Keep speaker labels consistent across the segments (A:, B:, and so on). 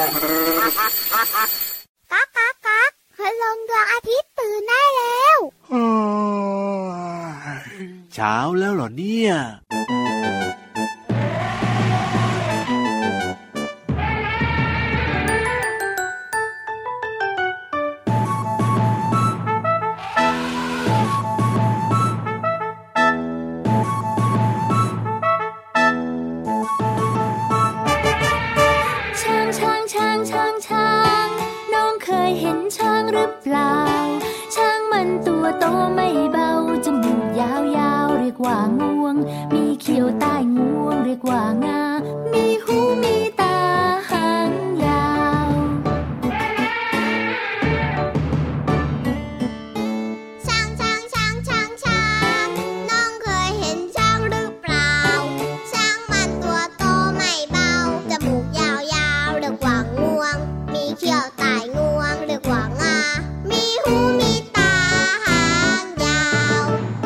A: ก๊ากก๊ากก๊ากพลังดวงอาทิตย์ตื่นได้แล้ว
B: เช้าแล้วเหรอเนี่ย
C: ว่างวงมีเขียวใต้งวงเรียกว่างามีหูมีตาหางยาว
A: ช้างช้างช้างช้างช้างน้องเคยเห็นช้างหรือเปล่าช้างมันตัวโตไม่เบาจมูกยาวๆเรียกว่างวงมีเขียวใต้งวงเรียกว่างามีหูมีตาหางยาว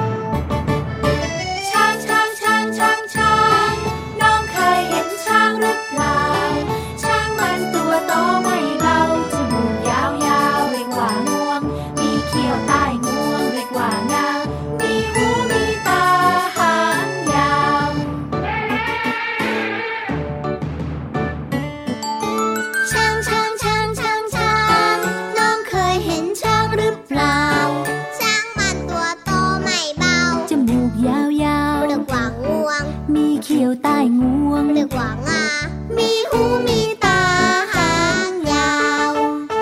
C: เขียวใต้งวงเรียกว่างามีหูมีตาหางยาว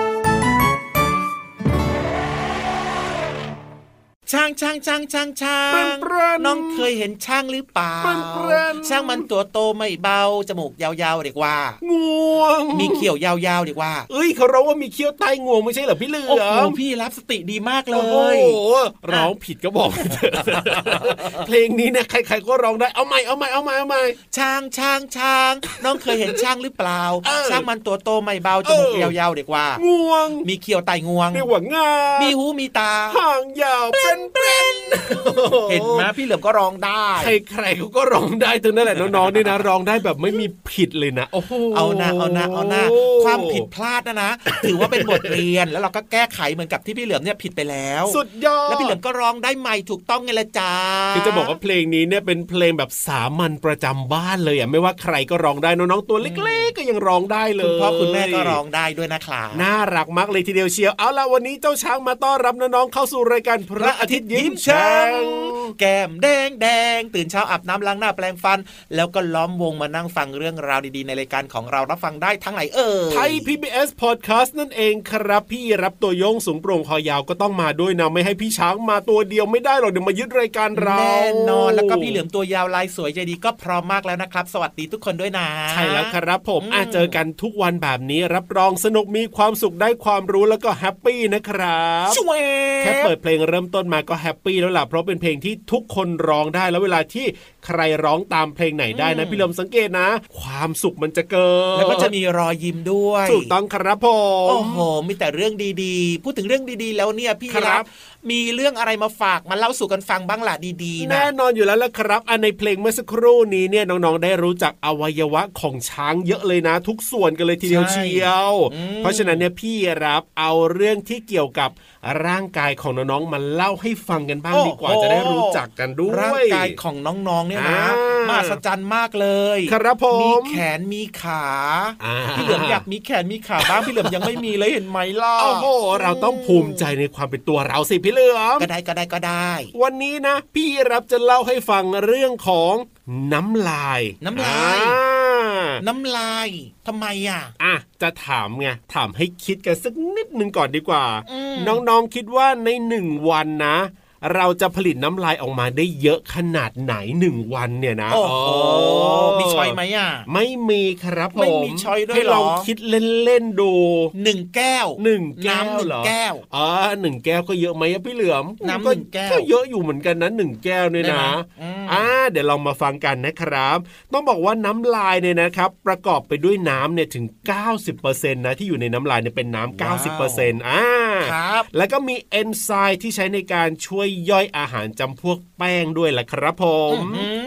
D: ช้างน้องเคยเห็นช้างหรือเปล่าช้างมันตัวโตไม่เบาจมูกยาวๆเรียกว่างวงมีเขี้ยวยาวๆเรียกว่า
E: เอ้ยเขาร้องว่ามีเขี้ยวใต้งวงไม่ใช่เหรอพี่เหลือม
D: โอ้โหพี่รับสติดีมากเลย
E: โอ้โหร้องผิดก็บอกเพลงนี้เนี่ยใครๆก็ร้องได้เอาใหม่
D: ช้างน้องเคยเห็นช้างหรือเปล่าช้างมันตัวโตไม่เบาจมูกยาวๆเรียกว่าง
E: วง
D: มีเขี้ยวใต้งวง
E: เรียกว่างา
D: มีหูมีตา
E: หางยาวเป็น
D: เห็นไหมพี่เหลือมก็ร้องได้
E: ใครๆเขาก็ร้องได้ทั้งนั้นแหละน้องๆนี่นะร้องได้แบบไม่มีผิดเลยนะโอ้โห
D: เอานะความผิดพลาดนะถือว่าเป็นบทเรียนแล้วเราก็แก้ไขเหมือนกับที่พี่เหลือมเนี่ยผิดไปแล้ว
E: สุดยอด
D: แล้วพี่เหลือมก็ร้องได้ใหม่ถูกต้องไงล่ะจ๊ะ
E: คือจะบอกว่าเพลงนี้เนี่ยเป็นเพลงแบบสามัญประจำบ้านเลยอ่ะไม่ว่าใครก็ร้องได้น้องๆตัวเล็กๆก็ยังร้องได้เลย
D: คุณพ่อคุณแม่ก็ร้องได้ด้วยนะครับ
E: น่ารักมากเลยทีเดียวเชียวเอาล่ะวันนี้เจ้าช้างมาต้อนรับน้องๆเข้าสู่รายการพระอาทิตย์ยิ้มแฉ่ง
D: แก้มแดงตื่นเช้าอาบน้ำล้างหน้าแปรงฟันแล้วก็ล้อมวงมานั่งฟังเรื่องราวดีๆในรายการของเรารับฟังได้ทั้งไหน
E: ไทย PBS Podcast นั่นเองครับพี่รับตัวโยงสูงโปร่งคอยาวก็ต้องมาด้วยนะไม่ให้พี่ช้างมาตัวเดียวไม่ได้หรอกเดี๋ยวมายึดรายการเรา
D: แน่นอนแล้วก็พี่เหลือมตัวยาวลายสวยใจดีก็พร้อมมากแล้วนะครับสวัสดีทุกคนด้วยนะ
E: ใช่แล้วครับผมเจอกันทุกวันแบบนี้รับรองสนุกมีความสุขได้ความรู้แล้วก็แฮปปี้นะครับแค่เปิดเพลงเริ่มต้นมาก็แฮปปี้แล้วล่ะเพราะเป็นเพลงที่ทุกคนร้องได้แล้วเวลาที่ใครร้องตามเพลงไหนได้นะพี่เหลิมสังเกตนะความสุขมันจะเกิด
D: แล้วก็จะมีรอยยิ้มด้วย
E: ถูกต้องครับผม
D: โอ้โหมีแต่เรื่องดีๆพูดถึงเรื่องดีๆแล้วเนี่ยพี่รับมีเรื่องอะไรมาฝากมาเล่าสู่กันฟังบ้างล่ะดีๆนะ
E: แน่นอนอยู่แล้วล่ะครับในเพลงเมื่อสักครู่นี้เนี่ยน้องๆได้รู้จักอวัยวะของช้างเยอะเลยนะทุกส่วนกันเลยทีเดียวเชียวเพราะฉะนั้นเนี่ยพี่รับเอาเรื่องที่เกี่ยวกับร่างกายของน้องๆมาเล่าให้ฟังกันบ้างดีกว่าจะได้รู้จักกันด้วย
D: ร่างกายของน้องๆเนี่ยนะมหัศจรรย์มากเลย
E: ครับผม
D: มีแขนมีขาพี่เหลือมอยากมีแขนมีขาบ้างพี่เหลือมยังไม่มีเลยเห็นไหมล่ะ
E: โอ้โหเราต้องภูมิใจในความเป็นตัวเราสิพี่เหลือม
D: ก็ได้
E: วันนี้นะพี่รับจะเล่าให้ฟังเรื่องของน้ำลาย
D: ทำไม
E: จะถามไงถามให้คิดกันสักนิดนึงก่อนดีกว่าน้องๆคิดว่าใน1วันนะเราจะผลิตน้ำลายออกมาได้เยอะขนาดไหน1วันเนี่ยนะ
D: โอ้โหมีช้อยไหม
E: ไม่มีครับผม
D: ไม่มีช้อยด้วย
E: ให้ลองคิดเล่นๆดู
D: 1แก้ว
E: น้ำ1แก้ว1แก้วก็เยอะไหมพี่เหลือม
D: น้ำ1แก้ว
E: ก็เยอะอยู่เหมือนกันนะ1แก้วเนี่ยนะเดี๋ยวลองมาฟังกันนะครับต้องบอกว่าน้ำลายเนี่ยนะครับประกอบไปด้วยน้ำเนี่ยถึง 90% นะที่อยู่ในน้ำลายเนี่ยเป็นน้ำ 90%
D: ครับ
E: แล้วก็มีเอนไซม์ที่ใช้ในการช่วยย่อยอาหารจำพวกแป้งด้วยแหละครับผม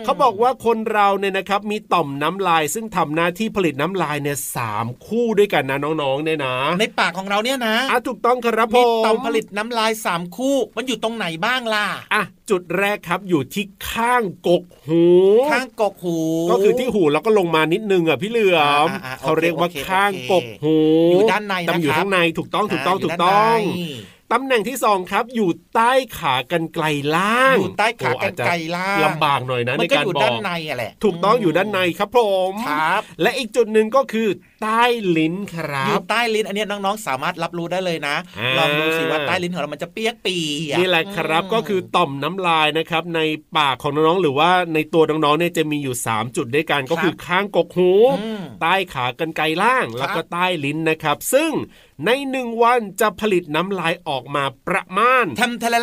E: เขาบอกว่าคนเราเนี่ยนะครับมีต่อมน้ำลายซึ่งทำหน้าที่ผลิตน้ำลายเนี่ย3 คู่ด้วยกันนะน้องๆเนี่ยนะ
D: ในปากของเราเนี่ยนะ
E: ถูกต้องครับผม
D: มีต่อมผลิตน้ำลาย3 คู่มันอยู่ตรงไหนบ้างล่ะ
E: จุดแรกครับอยู่ที่ข้างกกหูก็คือที่หูแล้วก็ลงมานิดนึงพี่เหลือมเขาเรียกว่าข้างกกหู
D: อยู่ด้านในนะครับ
E: อยู่ข้างในถูกต้องตำแหน่งที่2ครับอยู่ใต้ขากรรไกรล่าง
D: อยู่ใต้ขากรรไกรล่าง
E: ลำบากหน่อยนะในการบอกมันก็อยู่
D: ด้านในแหละ
E: ถูกต้องอยู่ด้านในครับผม
D: ครับ
E: และอีกจุดหนึ่งก็คือใต้ลิ้นครับ
D: อยู่ใต้ลิ้นอันนี้น้องๆสามารถรับรู้ได้เลยนะลองดูสิว่าใต้ลิ้นของเรามันจะเปียกปี
E: นี่แหละครับก็คือต่อมน้ำลายนะครับในปากของน้องๆหรือว่าในตัวน้องๆเนี่ยจะมีอยู่3 จุดด้วยกันก็คือข้างกกหูใต้ขากรรไกรล่างแล้วก็ใต้ลิ้นนะครับซึ่งใน1 วันจะผลิตน้ำลายออกมาประมาณ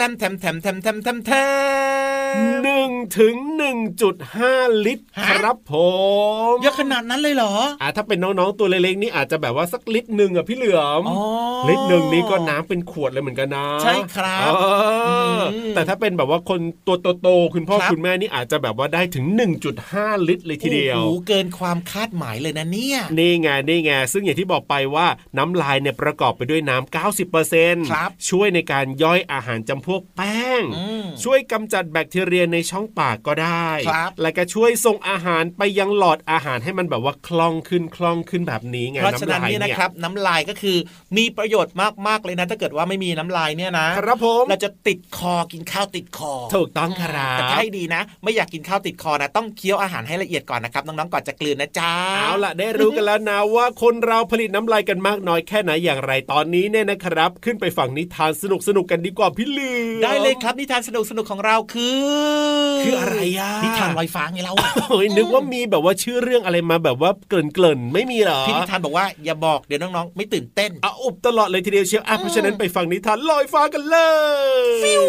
E: 1 ถึง 1.5 ลิตรครับผม
D: เยอะขนาดนั้นเลยเหรอ
E: ถ้าเป็นน้องๆตัวเล็กๆนี่อาจจะแบบว่าสักลิตร 1พี่เหลือมลิตร 1นี่ก็น้ำเป็นขวดเลยเหมือนกันนะ
D: ใช่ครับ
E: แต่ถ้าเป็นแบบว่าคนตัวโตๆคุณพ่อคุณแม่นี่อาจจะแบบว่าได้ถึง 1.5 ลิตรเลยทีเดียว
D: โอ้โหเกินความคาดหมายเลยนะเนี่ย
E: นี่ไงซึ่งอย่างที่บอกไปว่าน้ำลายเนี่ยประกอบไปด้วยน้ำ 90% ช่วยในการย่อยอาหารจำพวกแป้งช่วยกำจัดแบคทีเรียในช่องปากก็ได้และก็ช่วยส่งอาหารไปยังหลอดอาหารให้มันแบบว่าคล่องขึ้นแบบนี้ไง
D: เพราะฉะนั้นเนี่ยนะครับน้ำลายก็คือมีประโยชน์มากๆเลยนะถ้าเกิดว่าไม่มีน้ำลายเนี่ยนะครับ
E: ผม
D: เราจะติดคอกินข้าวติดคอ
E: ถูกต้องครับ
D: แต่ให้ดีนะไม่อยากกินข้าวติดคอนะต้องเคี้ยวอาหารให้ละเอียดก่อนนะครับน้องๆก่อนจะกลืนนะจ๊ะ
E: เอาล่ะได้รู้กันแล้วนะว่าคนเราผลิตน้ำลายกันมากน้อยแค่ไหนอย่างไรตอนนี้เนี่ยนะครับขึ้นไปฟังนิทานสนุกกันดีกว่าพี่ลือ
D: ได้เลยครับนิทานสนุกของเราคือ
E: อะไร
D: นิทานลอยฟ้าไงเรา
E: นึกว่ามีแบบว่าชื่อเรื่องอะไรมาแบบว่าเกริ่นไม่มีหรอ
D: พี่นิทานบอกว่าอย่าบอกเดี๋ยวน้องๆไม่ตื่นเต้น
E: อุบตลอดเลยทีเดียวเชียวเพราะฉะนั้นไปฟังนิทานลอยฟ้ากันเลยฟิว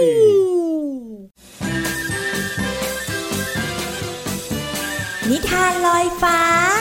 F: นิทานลอยฟ้า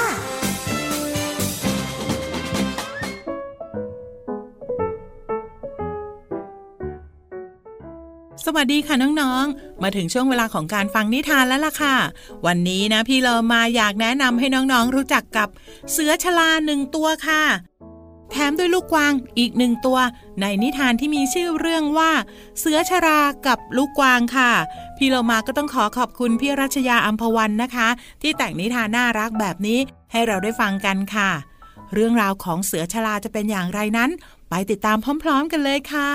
G: สวัสดีค่ะน้องๆมาถึงช่วงเวลาของการฟังนิทานแล้วล่ะค่ะวันนี้นะพี่เรามาอยากแนะนำให้น้องๆรู้จักกับเสือชลา1 ตัวค่ะแถมด้วยลูกกวางอีก1 ตัวในนิทานที่มีชื่อเรื่องว่าเสือชรากับลูกกวางค่ะพี่เรามาก็ต้องขอบคุณพี่รัชยาอัมพวันนะคะที่แต่งนิทานน่ารักแบบนี้ให้เราได้ฟังกันค่ะเรื่องราวของเสือชราจะเป็นอย่างไรนั้นไปติดตามพร้อมๆกันเลยค่ะ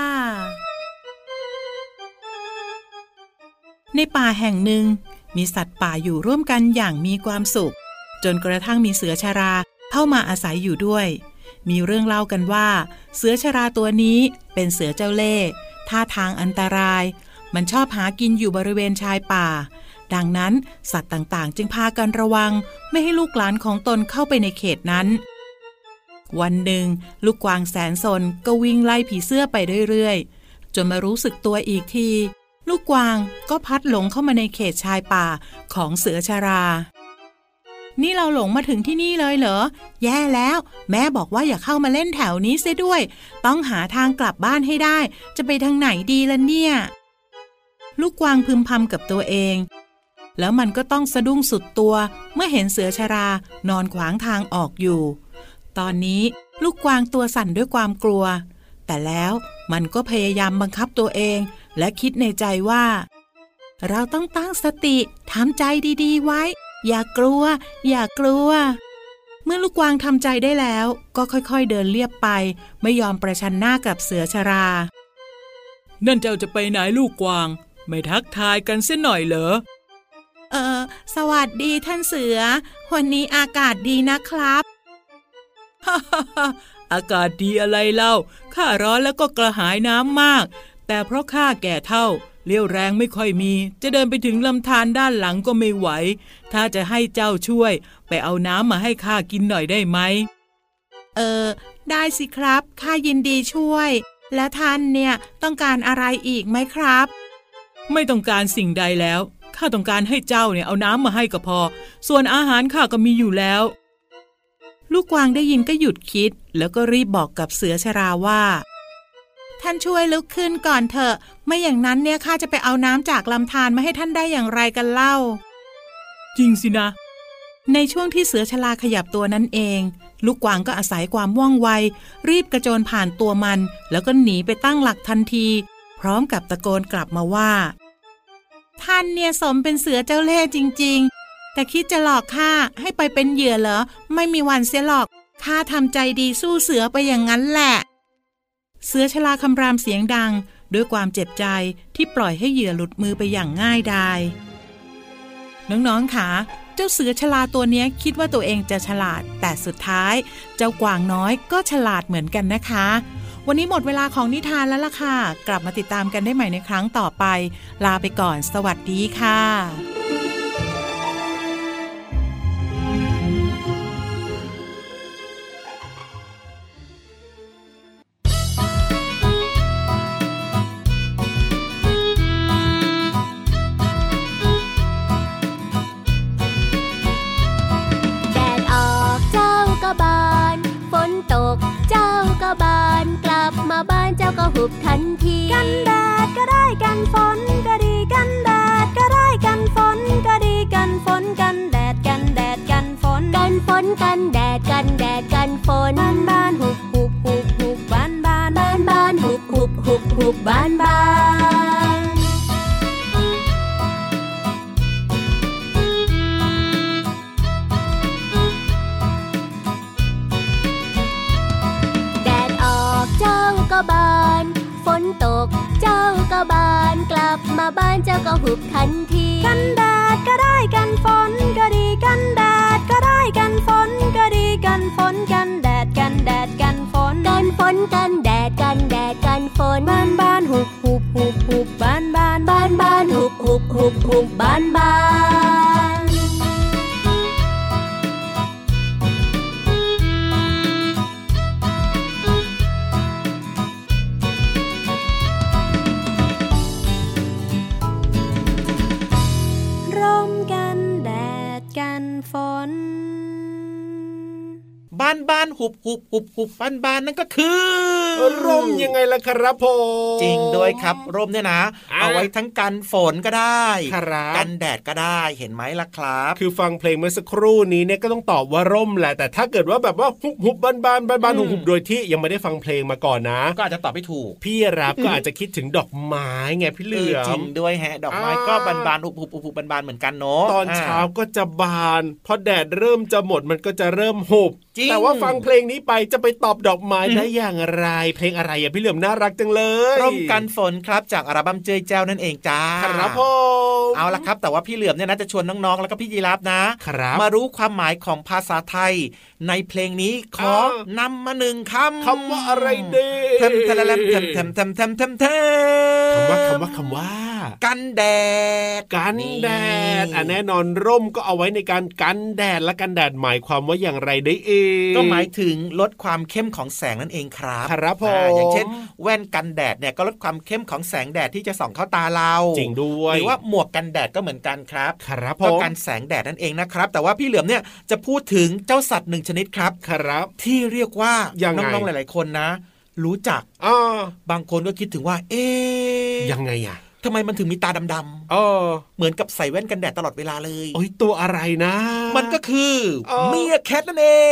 G: ในป่าแห่งหนึ่งมีสัตว์ป่าอยู่ร่วมกันอย่างมีความสุขจนกระทั่งมีเสือชราเข้ามาอาศัยอยู่ด้วยมีเรื่องเล่ากันว่าเสือชราตัวนี้เป็นเสือเจ้าเล่ห์ท่าทางอันตรายมันชอบหากินอยู่บริเวณชายป่าดังนั้นสัตว์ต่างๆจึงพากันระวังไม่ให้ลูกหลานของตนเข้าไปในเขตนั้นวันหนึ่งลูกกวางแสนสนก็วิ่งไล่ผีเสื้อไปเรื่อยๆจนมารู้สึกตัวอีกทีลูกกวางก็พัดหลงเข้ามาในเขตชายป่าของเสือชรานี่เราหลงมาถึงที่นี่เลยเหรอแย่แล้วแม่บอกว่าอย่าเข้ามาเล่นแถวนี้เสียด้วยต้องหาทางกลับบ้านให้ได้จะไปทางไหนดีล่ะเนี่ยลูกกวางพึมพำกับตัวเองแล้วมันก็ต้องสะดุ้งสุดตัวเมื่อเห็นเสือชรานอนขวางทางออกอยู่ตอนนี้ลูกกวางตัวสั่นด้วยความกลัวแต่แล้วมันก็พยายามบังคับตัวเองและคิดในใจว่าเราต้องตั้งสติทำใจดีๆไว้อย่ากลัวเมื่อลูกกวางทำใจได้แล้วก็ค่อยๆเดินเลียบไปไม่ยอมประชันหน้ากับเสือชรานั่นเจ้าจะไปไหนลูกกวางไม่ทักทายกันเสียหน่อยเหรอสวัสดีท่านเสือวันนี้อากาศดีนะครับ อากาศดีอะไรเล่าข้าร้อนแล้วก็กระหายน้ำมากแต่เพราะข้าแก่เฒ่าเลี้ยวแรงไม่ค่อยมีจะเดินไปถึงลำธารด้านหลังก็ไม่ไหวถ้าจะให้เจ้าช่วยไปเอาน้ำมาให้ข้ากินหน่อยได้ไหมได้สิครับข้ายินดีช่วยแล้วท่านเนี่ยต้องการอะไรอีกไหมครับไม่ต้องการสิ่งใดแล้วข้าต้องการให้เจ้าเนี่ยเอาน้ำมาให้ก็พอส่วนอาหารข้าก็มีอยู่แล้วลูกกวางได้ยินก็หยุดคิดแล้วก็รีบบอกกับเสือชราว่าท่านช่วยลุกขึ้นก่อนเถอะไม่อย่างนั้นเนี่ยข้าจะไปเอาน้ำจากลำธารมาให้ท่านได้อย่างไรกันเล่าจริงสินะในช่วงที่เสือชราขยับตัวนั้นเองลูกกวางก็อาศัยความว่องไวรีบกระโจนผ่านตัวมันแล้วก็หนีไปตั้งหลักทันทีพร้อมกับตะโกนกลับมาว่าท่านเนี่ยสมเป็นเสือเจ้าเล่ห์จริงๆแต่คิดจะหลอกข้าให้ไปเป็นเหยื่อเหรอไม่มีวันเสียหรอกข้าทำใจดีสู้เสือไปอย่างนั้นแหละเสือชราคำรามเสียงดังด้วยความเจ็บใจที่ปล่อยให้เหยื่อหลุดมือไปอย่างง่ายดายน้องๆค่ะเจ้าเสือชราตัวนี้คิดว่าตัวเองจะฉลาดแต่สุดท้ายเจ้ากวางน้อยก็ฉลาดเหมือนกันนะคะวันนี้หมดเวลาของนิทานแล้วล่ะค่ะกลับมาติดตามกันได้ใหม่ในครั้งต่อไปลาไปก่อนสวัสดีค่ะ
H: หุบทันทีกันแดดก็ได้กันฝนก็ดีกันแดดก็ได้กันฝนก็ดีกันฝนกันแดดกันแดดกันฝนกันฝนกันแดดกันแดดกันฝนบ้านบ้านหุบหุบหุบหุบบ้านบ้านบ้านบ้านหุบหุบหุบหุบบ้านบ้านแดดออกเจ้าก็บานฝนตกเจ้าก็บานกลับมาบ้านเจ้าก็หุบทันทีกันแดดก็ได้กันฝนก็ดีกันแดดก็ได้กันฝนก็ดีกันฝนกันแดดกันแดดกันฝนกันฝนกันแดดกันแดดกันฝนบ้านบ้านหุบหุบหุบหุบบ้านบ้านบ้านบ้านหุบหุบหุบหุบบ้านบ้านฝน
D: บ้านหุบหุบหุบหุบบ้านนั่นก็คือ
E: ร่มยังไงล่ะครับผม
D: จริงด้วยครับร่มเนี่ยนะเอาไว้ทั้งกันฝนก็ได้กันแดดก็ได้เห็นไหมล่ะครับ
E: คือฟังเพลงเมื่อสักครู่นี้เนี่ยก็ต้องตอบว่าร่มแหละแต่ถ้าเกิดว่าแบบว่าหุบหุบบ้านหุบหุบโดยที่ยังไม่ได้ฟังเพลงมาก่อนนะ
D: ก็อาจจะตอบไม่ถูก
E: พี่รับก็อาจจะคิดถึงดอกไม้ไงพี่เหลือ
D: จริงด้วยแฮะดอกไม้ก็บานหุบหุบหุบบานเหมือนกันเนาะ
E: ตอนเช้าก็จะบานพอแดดเริ่มจะหมดมันก็จะเริ่มหุบแต่ว่าฟังเพลงนี้ไปจะไปตอบดอกไม้ได้อย่างไรเพลงอะไรอ่ะพี่เหลือมน่ารักจังเลย
D: ร่มกันฝนครับจากอัลบั้มเจยแจ้วนั่นเองจ้า
E: ครับผม
D: เอาละครับแต่ว่าพี่เหลือมเนี่ยนะจะชวนน้องๆแล้วก็พี่ยีราฟนะมารู้ความหมายของภาษาไทยในเพลงนี้ขอนำมาหนึ่งค
E: ำว่าอะไรเด้
D: คำว่ากันแดด
E: แน่นอนร่มก็เอาไว้ในการกันแดดและกันแดดหมายความว่าอย่างไรได้เอง
D: ก็หมายถึงลดความเข้มของแสงนั่นเองครับ
E: ครับผม
D: อย่างเช่นแว่นกันแดดเนี่ยก็ลดความเข้มของแสงแดดที่จะส่องเข้าตาเรา
E: จริงด้วย
D: หรือว่าหมวกกันแดดก็เหมือนกันครับ
E: ครับ
D: ก็กันแสงแดดนั่นเองนะครับแต่ว่าพี่เหลือมเนี่ยจะพูดถึงเจ้าสัตว์หนึ่งชนิดครับที่เรียกว่าน้องๆหลายๆคนนะรู้จักบางคนก็คิดถึงว่า
E: ยังไงอะ
D: ทำไมมันถึงมีตาดำๆเหมือนกับใส่แว่นกันแดดตลอดเวลาเลย
E: โอ้ยตัวอะไรนะ
D: มันก็คือเมียแคทนั่นเอง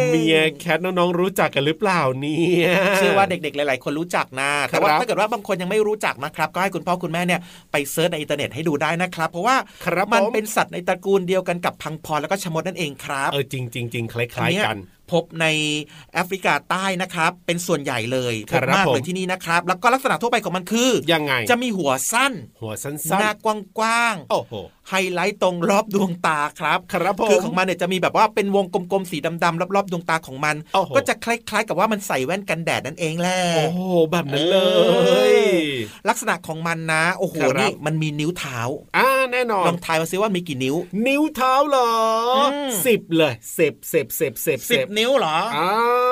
E: เมียแคทน้องๆรู้จักกันหรือเปล่าเนี่ย
D: เชื่อว่าเด็กๆหลายๆคนรู้จักนะแต่ว่าถ้าเกิดว่าบางคนยังไม่รู้จักนะครับก็ให้คุณพ่อคุณแม่เนี่ยไปเซิร์ชในอินเทอร์เน็ตให้ดูได้นะครับเพราะว่ามันเป็นสัตว์ในตระกูลเดียวกันกับพังพรแล้วก็ชมดนั่นเองครับ
E: จริงๆคล้ายๆกัน
D: พบในแอฟริกาใต้นะครับเป็นส่วนใหญ่เลยพบมากเลยที่นี่นะครับแล้วก็ลักษณะทั่วไปของมันคือ
E: ยังไง
D: จะมีหัวสั้นหน้ากว้าง
E: ๆโอ้โห
D: ไฮไลท์ตรงรอบดวงตาครับคือของมันเนี่ยจะมีแบบว่าเป็นวงกลมๆสีดำๆรอบๆดวงตาของมันก็จะคล้ายๆกับว่ามันใส่แว่นกันแดดนั่นเองแหละ
E: โอ้แบบนั้นเลย
D: ลักษณะของมันนะโอ้โหนี่มันมีนิ้วเท้า
E: แน่นอน
D: ลองทายมาซิว่ามีกี่นิ้ว
E: นิ้วเท้าเหรอ10เลย10
D: นิ้วเหรอ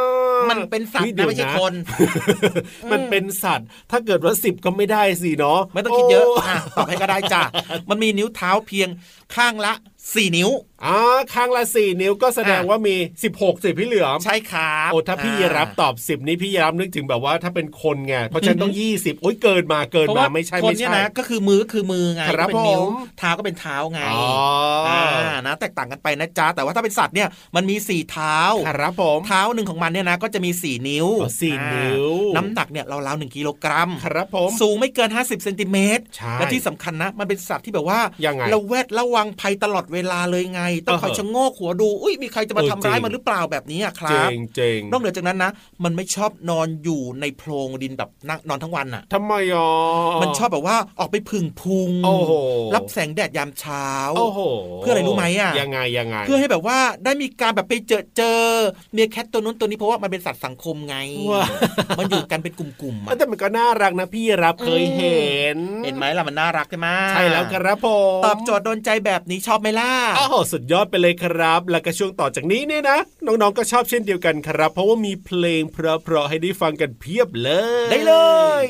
D: มันเป็นสัตว์นะไม่ใช่คน
E: มันเป็นสัตว์ถ้าเกิดว่า10ก็ไม่ได้สิเนาะ
D: ไม่ต้องคิดเยอะตอบให้ก็ได้จ้ะมันมีนิ้วเท้าเพียงข้างละ4 นิ้ว
E: ข้างละ4 นิ้วก็แสดงว่ามี16สิพี่เหลือม
D: ใช่ครับ
E: โอ้ถ้าพี่รับตอบ10นี่พี่รับนึกถึงแบบว่าถ้าเป็นคนไงเพราะฉันต้อง20โอ๊ยเกินมาไม่ใช่
D: คนเนี่ยนะก็คือมือไง
E: ก็
D: เป็นนิ้วเท้าก็เป็นเท้าไงนะแตกต่างกันไปนะจ๊ะแต่ว่าถ้าเป็นสัตว์เนี่ยมันมี4เท้า
E: ครับผม
D: เท้าหนึ่งของมันเนี่ยนะก็จะมี4 นิ้ว
E: 4 นิ้ว
D: น้ำหนักเนี่ยราวๆ1 กิโลกรัม
E: ครับผม
D: สูงไม่เกิน50 เซนติเมตรและที่สำคัญนะมันเป็นสัตว์ที่แบบว่าระวังภัยตลอดเวลาเลยไงต้องคอยชะโงกหัวดูอุ้ยมีใครจะมาทำร้ายมันหรือเปล่าแบบนี้ครับ
E: จริง
D: นอกเหนือจากนั้นนะมันไม่ชอบนอนอยู่ในโพรงดินแบบนอนทั้งวันน่ะ
E: ทำไม
D: มันชอบแบบว่าออกไปพึ่งพุงรับแสงแดดยามเช้าเพื่ออะไรรู้ไหม
E: ยังไง
D: เพื่อให้แบบว่าได้มีการแบบไปเจอเมียแคทตัวนู้นตัวนี้เพราะว่ามันเป็นสัตว์สังคมไงมันอยู่กันเป็นกลุ่ม
E: ๆแต่มันก็น่ารักนะพี่รับเคยเห็น
D: ไหมล่ะมันน่ารักใช่ไหม
E: ใช่แล้วครับผม
D: ตอบโจทย์โดนใจแบบนี้ชอบไหมล่ะ
E: โอ้โหสุดยอดไปเลยครับแล้วก็ช่วงต่อจากนี้เนี่ยนะน้องๆก็ชอบเช่นเดียวกันครับเพราะว่ามีเพลงเพราะๆให้ได้ฟังกันเพียบเลย
D: ได้เลย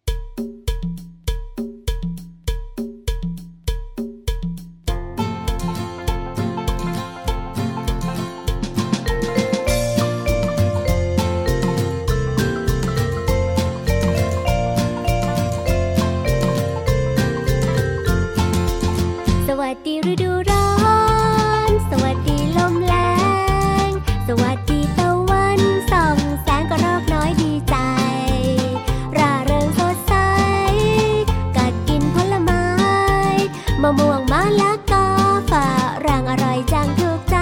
H: สวัสดีฤดูร้อนสวัสดีลมแรงสวัสดีตะวันส่องแสงกระรอกน้อยดีใจร่าเริงสดใสกัดกินผลไม้มะม่วงมะละกอฝรั่งอร่อยจังถูกใจ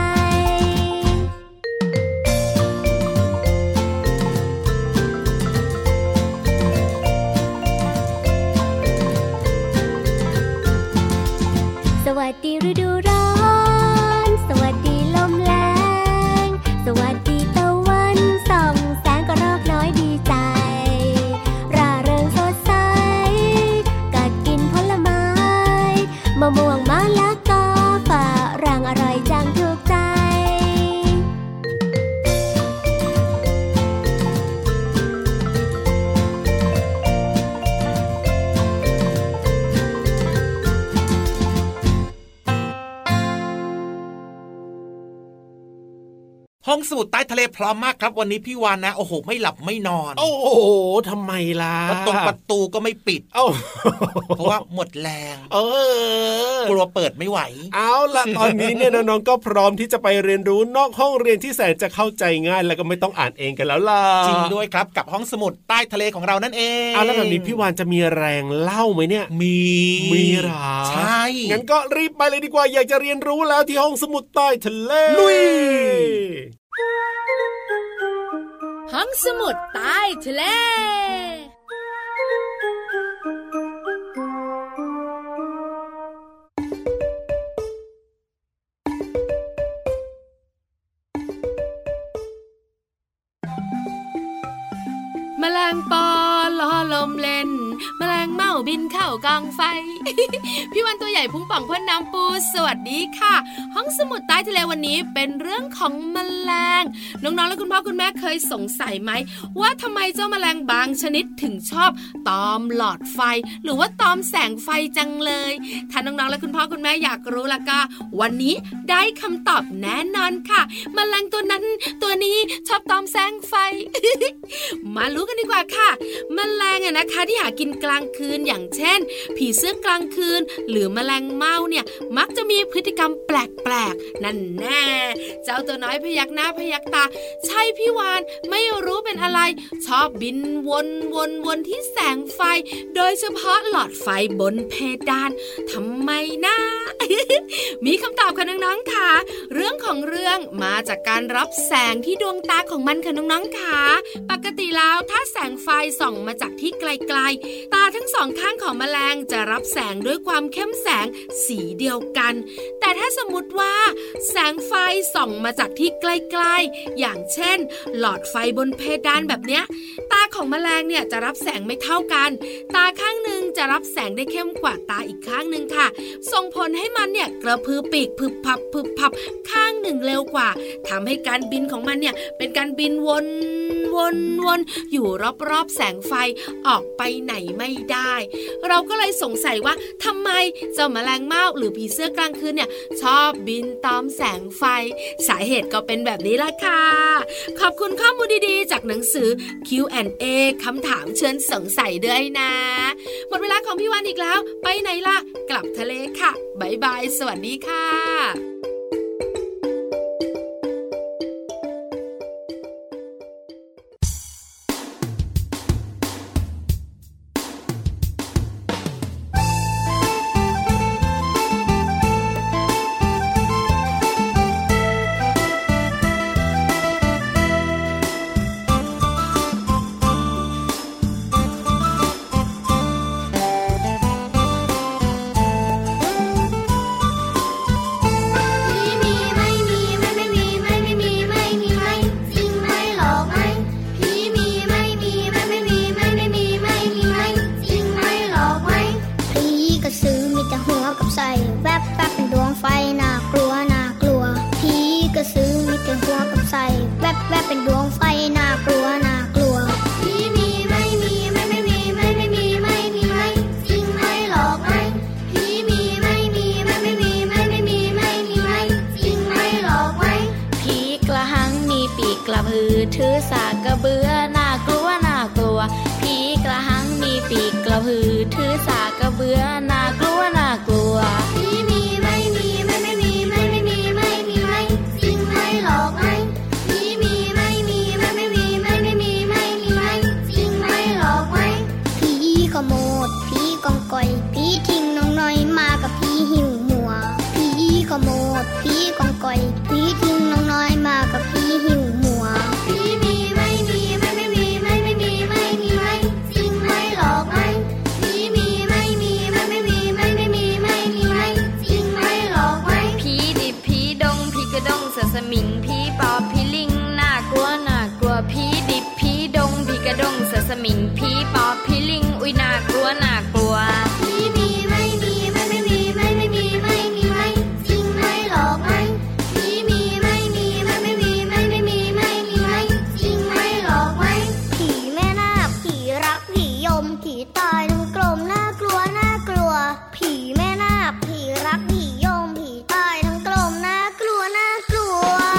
H: สวัสดีฤดูร้อนสวัสดีลมแรงสวัสดีตะวันส่องแสงกระรอกน้อยดีใจร่าเริงสดใสกัดกินผลไม้มะม่วงมะละกอฝรั่งอร่อยจังถูกใจ
D: ห้องสมุดใต้ทะเลพร้อมมากครับวันนี้พี่วานนะโอ้โหไม่หลับไม่นอน
E: โอ้โหทำไมล่ะ
D: ประตูก็ไม่ปิดเพราะว่าหมดแรงกลัวเปิดไม่ไหว
E: เอาล่ะตอนนี้เนี่ยน้องๆก็พร้อมที่จะไปเรียนรู้นอกห้องเรียนที่แสนจะเข้าใจง่ายแล้วก็ไม่ต้องอ่านเองกันแล้วล่ะ
D: จริงด้วยครับกับห้องสมุดใต้ทะเลของเรานั่นเอง
E: เอาแล้วแบบนี้พี่วานจะมีแรงเล่าไหมเนี่ยมีหรอ
D: ใช่
E: งั้นก็รีบไปเลยดีกว่าอยากจะเรียนรู้แล้วที่ห้องสมุดใต้ทะเล
D: ลุย
I: ห้องสมุดใต้ทะเลแมลงปอล้อลมเล่นแมลงเม่าบินเข้ากองไฟ พี่วันตัวใหญ่พุงป่องพ่นน้ำปูสวัสดีค่ะห้องสมุดใต้ทะเลวันนี้เป็นเรื่องของแมลงน้องๆและคุณพ่อคุณแม่เคยสงสัยไหมว่าทำไมเจ้าแมลงบางชนิดถึงชอบตอมหลอดไฟหรือว่าตอมแสงไฟจังเลยถ้าน้องๆและคุณพ่อคุณแม่อยากรู้ละก็วันนี้ได้คำตอบแน่นอนค่ะแมลงตัวนั้นตัวนี้ชอบตอมแสงไฟ มารู้กันดีกว่าค่ะแมลงนะคะที่หากินกลางคืนอย่างเช่นผีเสื้อกลางคืนหรือแมลงเม่าเนี่ยมักจะมีพฤติกรรมแปลกๆนั่นแน่เจ้าตัวน้อยพยักหน้าพยักตาใช่พี่วานไม่รู้เป็นอะไรชอบบินวนที่แสงไฟโดยเฉพาะหลอดไฟบนเพดานทำไมนะ มีคำตอบค่ะน้องๆค่ะเรื่องของเรื่องมาจากการรับแสงที่ดวงตาของมันค่ะน้องๆค่ะปกติแล้วถ้าแสงไฟส่องมาจากที่ไกลๆตาทั้งสองข้างของแมลงจะรับแสงด้วยความเข้มแสงสีเดียวกันแต่ถ้าสมมติว่าแสงไฟส่องมาจากที่ไกลๆอย่างเช่นหลอดไฟบนเพดานแบบเนี้ยตาของแมลงเนี่ยจะรับแสงไม่เท่ากันตาข้างนึงจะรับแสงได้เข้มกว่าตาอีกข้างนึงค่ะส่งผลให้มันเนี่ยกระพือปีกพึบพับข้างหนึ่งเร็วกว่าทำให้การบินของมันเนี่ยเป็นการบินวนวนอยู่รอบๆแสงไฟออกไปไหนไม่ได้เราก็เลยสงสัยว่าทำไมเจ้าแมลงเม่าหรือผีเสื้อกลางคืนเนี่ยชอบบินตามแสงไฟสาเหตุก็เป็นแบบนี้ล่ะค่ะขอบคุณข้อมูลดีๆจากหนังสือ Q&A คำถามเชิญสงสัยด้วยนะหมดเวลาของพี่วันอีกแล้วไปไหนล่ะกลับทะเลค่ะบ๊ายบายสวัสดีค่ะ
J: ถือสากกระเบือน่ากลัวน่ากลัวผีกระหังมีปีกกระพือถือสากกระเบือน่ากลัวน่ากลัวผีมีไม่มีไม่มีไม่มีไม่มีไม่จริงไม่หลอกไม่ผีมีไม่มีไม่มีไม่มีไม่มีไม่จริงไม่หลอกไม่ผีขโมดผีกองก่อยผีทิ้งน้องน้อยมากับผีหิวหัวผีขโมดผีกองก่อยผีทิ้งน้องน้อยมากับผีหิวหัวสมิงผีปอบผีลิงน่ากลัวน่ากลัวผีดิบผีดงผีกระดงสมิงผีปอบผีลิงอุ้ยน่ากลัวน่ากลัวผีมีไม่มีไม่มีไม่มีไม่มีไม่จริงไม่หลอกไม่ผีมีไม่มีไม่มีไม่มีไม่มีไม่จริงไม่หลอกไม่ผีแม่นาคผีรักผียมผีตายทั้งกลมน่ากลัวน่ากลัวผีแม่นาคผีรักผียมผีตายทั้งกลมน่ากลัวน่ากลัว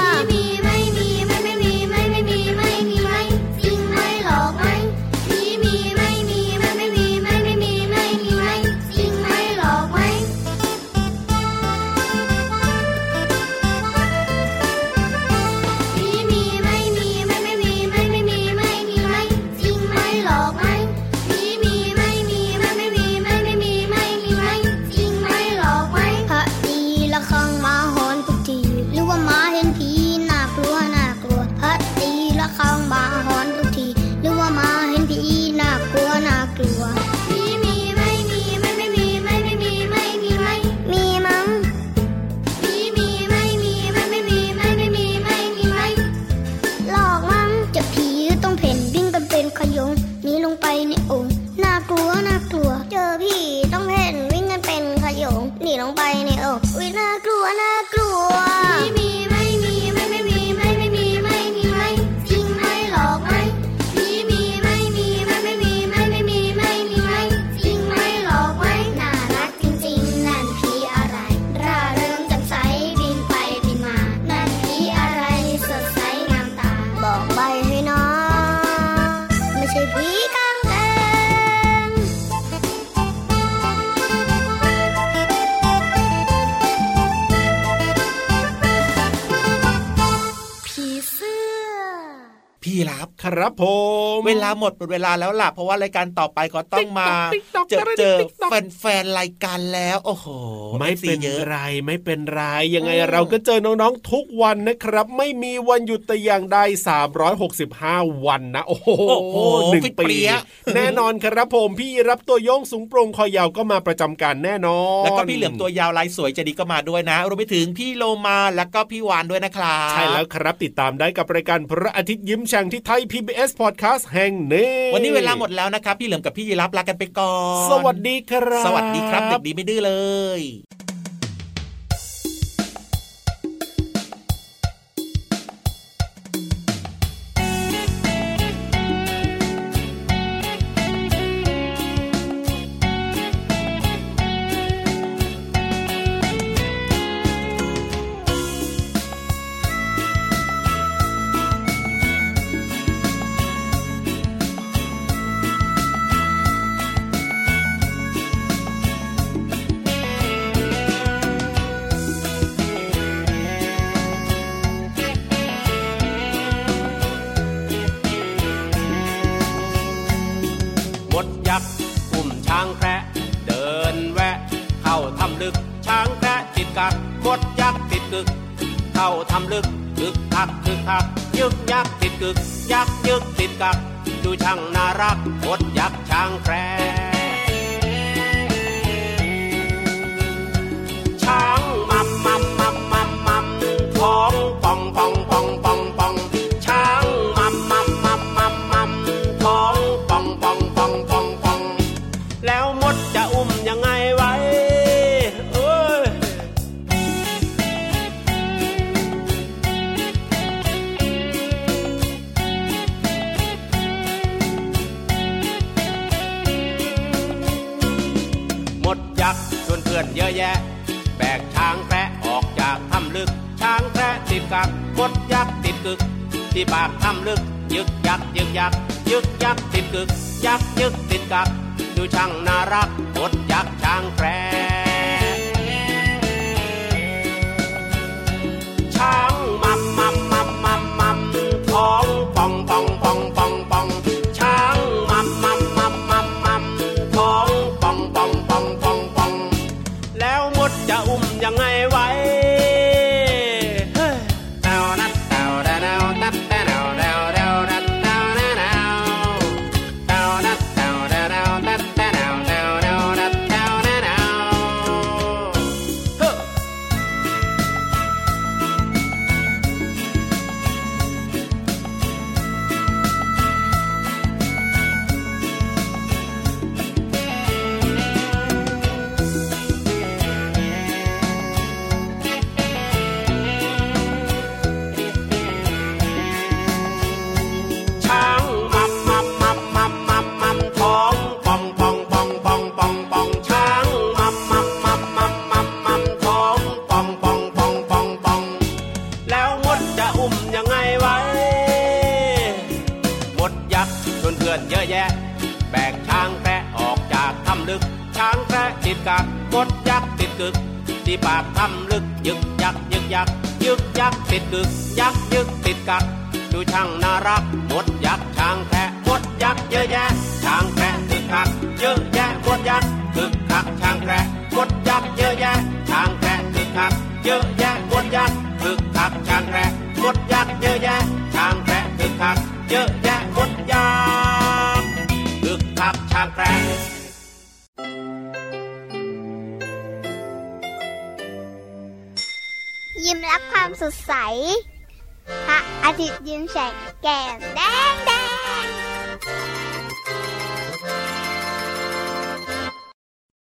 E: ครับผม
D: เวลาหมดเวลาแล้วล่ะเพราะว่ารายการต่อไปก็ต้องมาเจอแฟนรายการแล้วโอ้โห
E: ไม่เป็นไรไม่เป็นไรยังไงเราก็เจอน้องๆทุกวันนะครับไม่มีวันหยุดแต่อย่างใด365วันนะโอ้โห1 ปีแน่นอนครับผมพี่รับตัวโยงสูงโปร่งคอยาวก็มาประจำการแน่นอน
D: แล้วก็พี่เหลือมตัวยาวลายสวยใจดีก็มาด้วยนะรวมไปถึงพี่โลมาแล้วก็พี่วานด้วยนะครับ
E: ใช่แล้วครับติดตามได้กับรายการพระอาทิตย์ยิ้มแฉ่งที่ไทย PBS Podcast แห่งนี้
D: วันนี้เวลาหมดแล้วนะครับพี่เหลือมกับพี่ยีรับลากันไปก่อน
E: สวัสดีครับ
D: สวัสดีครับเด็กดีไม่ดื้อเลย
K: กึกเข้าทำลึกคึกคักคึกคักยึกยักติดกึกยักยึกติดกักดูช่างน่ารักอดยักช้างแครช้างมัมมัมมัมมัมมัมท้องป่องป่องป่องป่องป่องช้างมัมมัมมัมมัมมัมท้องป่องป่องป่องป่องป่องแล้วมดจะอุ้มยังไงไว้ยักษ์ชวนเพื่อนเยอะแยะแบกช้างแคระออกจากถ้ำลึกช้างแคระติดกักมดยักษ์ติดกึกที่ปากถ้ำลึกยึกยักยึกยักยึกยักติดกึกยักยึกติดกักดูช่างน่ารักมดยักษ์ช้างแคระช้างมัมมัมมัมมัมมัมท้องป่องป่องป่องป่องป่องช้างมัมมัมมัมมัมมัมท้องป่องป่องป่องป่องป่องแล้วมดจะอุ้มยังไงไว้เต่านัดเต่าดาเต่านัดเต่าเต่าเต่านัดเต่านาเต่าเต่านัดเต่าดาเต่านัดเต่าเต่าเต่านัดเต่านาเต่าเยอะแยะแบกช้างแคระออกจากถ้ำลึกช้างแคระติดกักมดยักษ์ติดกึกที่ปากถ้ำลึกยึกยักยึกยักยึกยักติดกึกยักยึกติดกักดูช่างน่ารักมดยักษ์ช้างแคระมดยักษ์เยอะแยะช้างแคระคึกคักเยอะแยะมดยักษ์คึกคักช้างแคระมดยักษ์เยอะแยะช้างแคระคึกคักเยอะแยะมดยักษ์คึกคักช้างแคระมดยักษ์เยอะแยะช้างแคระคึกคักเยอะแยะมดยักษ์คึกคักช้างแคระ
A: ยิ้มรับความสดใสพระอาทิตย์ยิ้มแฉกแก้มแดง